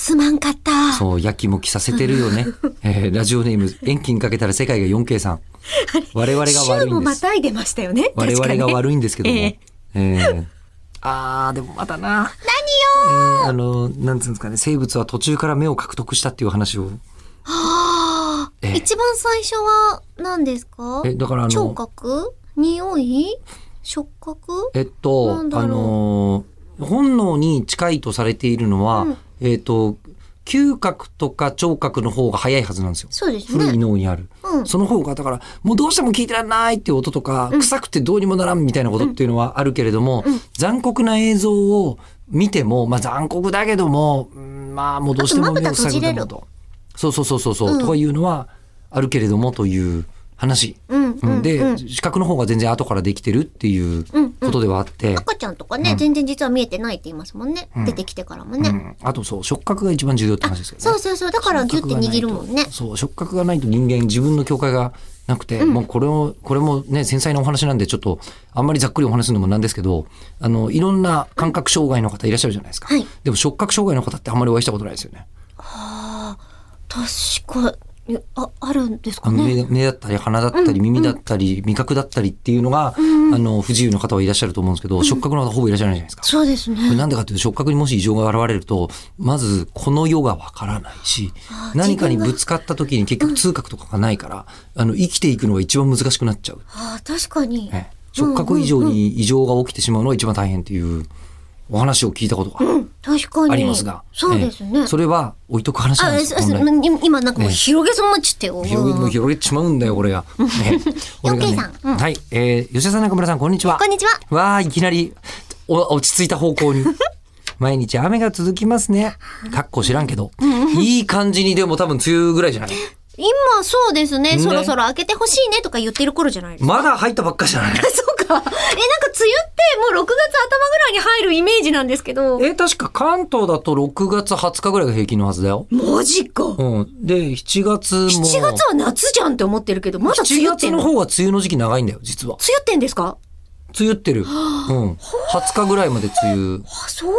すまんかった。 そう、やきもきさせてるよね。ラジオネーム、遠近かけたら世界が 4K さん。我々が悪いんです。 週もまたいでましたよね。 我々が悪いんですけども。でもまだな。 何よなんつうんですかね、生物は途中から目を獲得したっていう話を。 一番最初は何ですか？ だから聴覚？匂い？触覚？ 本能に近いとされているのは、嗅覚とか聴覚の方が早いはずなんですよ。 そうですね。 古い脳にある。その方が、だから、もうどうしても聞いてらんないっていう音とか、臭くてどうにもならんみたいなことっていうのはあるけれども、残酷な映像を見ても、残酷だけども、もうどうしても目を塞ぐだろうと。そう、とかいうのはあるけれどもという話。で、視覚の方が全然後からできてるっていうことではあって。 赤ちゃんとかね、全然実は見えてないって言いますもんね。出てきてからもね。 あと触覚が一番重要って話ですけどね。 そう。だからギュッて握るもんね。 そう、触覚がないと人間自分の境界がなくて、もうこれもね、繊細なお話なんでちょっとあんまりざっくりお話するのもなんですけど、いろんな感覚障害の方いらっしゃるじゃないですか。でも触覚障害の方ってあんまりお会いしたことないですよね。 確かに。あるんですかね。 目だったり鼻だったり耳だったり味覚だったりっていうのが、不自由な方はいらっしゃると思うんですけど、触覚の方ほぼいらっしゃらないじゃないですか。 そうですね。これなんでかというと、触覚にもし異常が現れると、まずこの世がわからないし、何かにぶつかった時に結局痛覚とかがないから、生きていくのが一番難しくなっちゃう。 確かに。 触覚以上に異常が起きてしまうのが一番大変っていうお話を聞いたことがありますが、 そうですね。 それは置いとく話なんですよ。 今なんかもう広げそうになっちゃってよ。 広げちまうんだよ、これが。 4K さん。 はい。吉田さん、中村さん、こんにちは。 こんにちは。 わー、いきなり落ち着いた方向に。毎日雨が続きますね。かっこ知らんけど。いい感じに、でも多分梅雨ぐらいじゃない？ 今そうですね。そろそろ開けてほしいねとか言ってる頃じゃないですか。 まだ入ったばっかじゃない？ そうか。なんか梅雨ってもう6月頭ぐらいに入るイメージなんですけど。 確か関東だと6月20日ぐらいが平均のはずだよ。 マジか。 で、7月も。 7月は夏じゃんって思ってるけど、まだ梅雨ってんの？ 7月の方が梅雨の時期長いんだよ、実は。 梅雨ってんですか？ 梅雨ってる。20日ぐらいまで梅雨。 そう。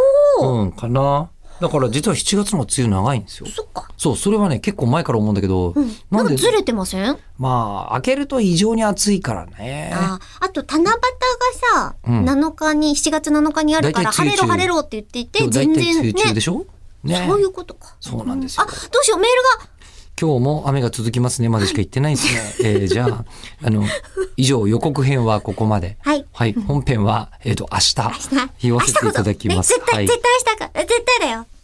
かな。だから実は7月の方が梅雨長いんですよ。 そっか。 そう、それはね、結構前から思うんだけど。 なんかずれてません？ 開けると異常に暑いからね。 あと、七夕がさ、7月7日にあるから、晴れろって言っていて、全然ね。 梅雨中でしょ？ね。 そういうことか。 そうなんですよ。 どうしよう、メールが。 今日も雨が続きますねまでしか言ってないですね。じゃあ、以上予告編はここまで。はい。本編は、明日言わせていただきます。 絶対明日か。絶対だよ。